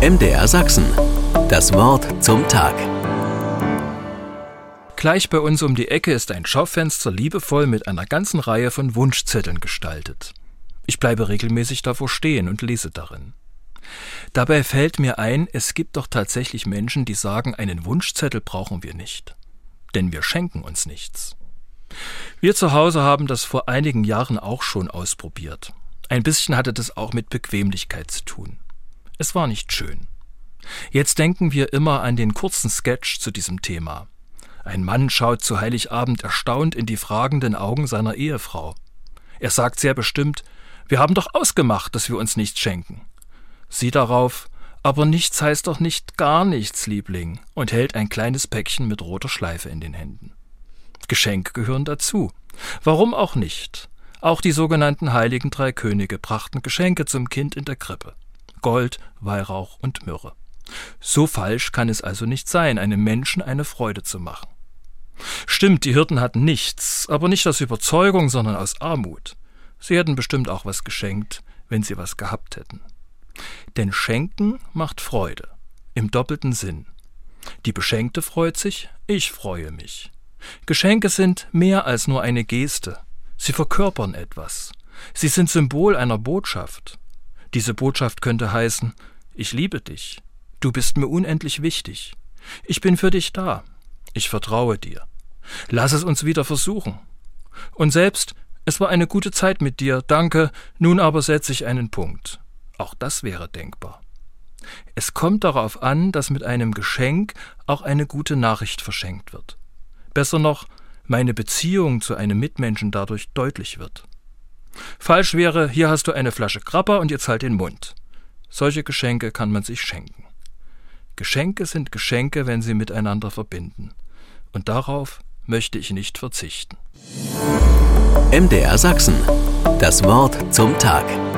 MDR Sachsen. Das Wort zum Tag. Gleich bei uns um die Ecke ist ein Schaufenster liebevoll mit einer ganzen Reihe von Wunschzetteln gestaltet. Ich bleibe regelmäßig davor stehen und lese darin. Dabei fällt mir ein, es gibt doch tatsächlich Menschen, die sagen, einen Wunschzettel brauchen wir nicht. Denn wir schenken uns nichts. Wir zu Hause haben das vor einigen Jahren auch schon ausprobiert. Ein bisschen hatte das auch mit Bequemlichkeit zu tun. Es war nicht schön. Jetzt denken wir immer an den kurzen Sketch zu diesem Thema. Ein Mann schaut zu Heiligabend erstaunt in die fragenden Augen seiner Ehefrau. Er sagt sehr bestimmt, wir haben doch ausgemacht, dass wir uns nichts schenken. Sie darauf, aber nichts heißt doch nicht gar nichts, Liebling, und hält ein kleines Päckchen mit roter Schleife in den Händen. Geschenke gehören dazu. Warum auch nicht? Auch die sogenannten heiligen drei Könige brachten Geschenke zum Kind in der Krippe. Gold, Weihrauch und Myrrhe. So falsch kann es also nicht sein, einem Menschen eine Freude zu machen. Stimmt, die Hirten hatten nichts, aber nicht aus Überzeugung, sondern aus Armut. Sie hätten bestimmt auch was geschenkt, wenn sie was gehabt hätten. Denn Schenken macht Freude, im doppelten Sinn. Die Beschenkte freut sich, ich freue mich. Geschenke sind mehr als nur eine Geste. Sie verkörpern etwas. Sie sind Symbol einer Botschaft. Diese Botschaft könnte heißen, ich liebe dich. Du bist mir unendlich wichtig. Ich bin für dich da. Ich vertraue dir. Lass es uns wieder versuchen. Und selbst, es war eine gute Zeit mit dir, danke, nun aber setze ich einen Punkt. Auch das wäre denkbar. Es kommt darauf an, dass mit einem Geschenk auch eine gute Nachricht verschenkt wird. Besser noch, meine Beziehung zu einem Mitmenschen dadurch deutlich wird. Falsch wäre, hier hast du eine Flasche Grappa und jetzt halt den Mund. Solche Geschenke kann man sich schenken. Geschenke sind Geschenke, wenn sie miteinander verbinden. Und darauf möchte ich nicht verzichten. MDR Sachsen. Das Wort zum Tag.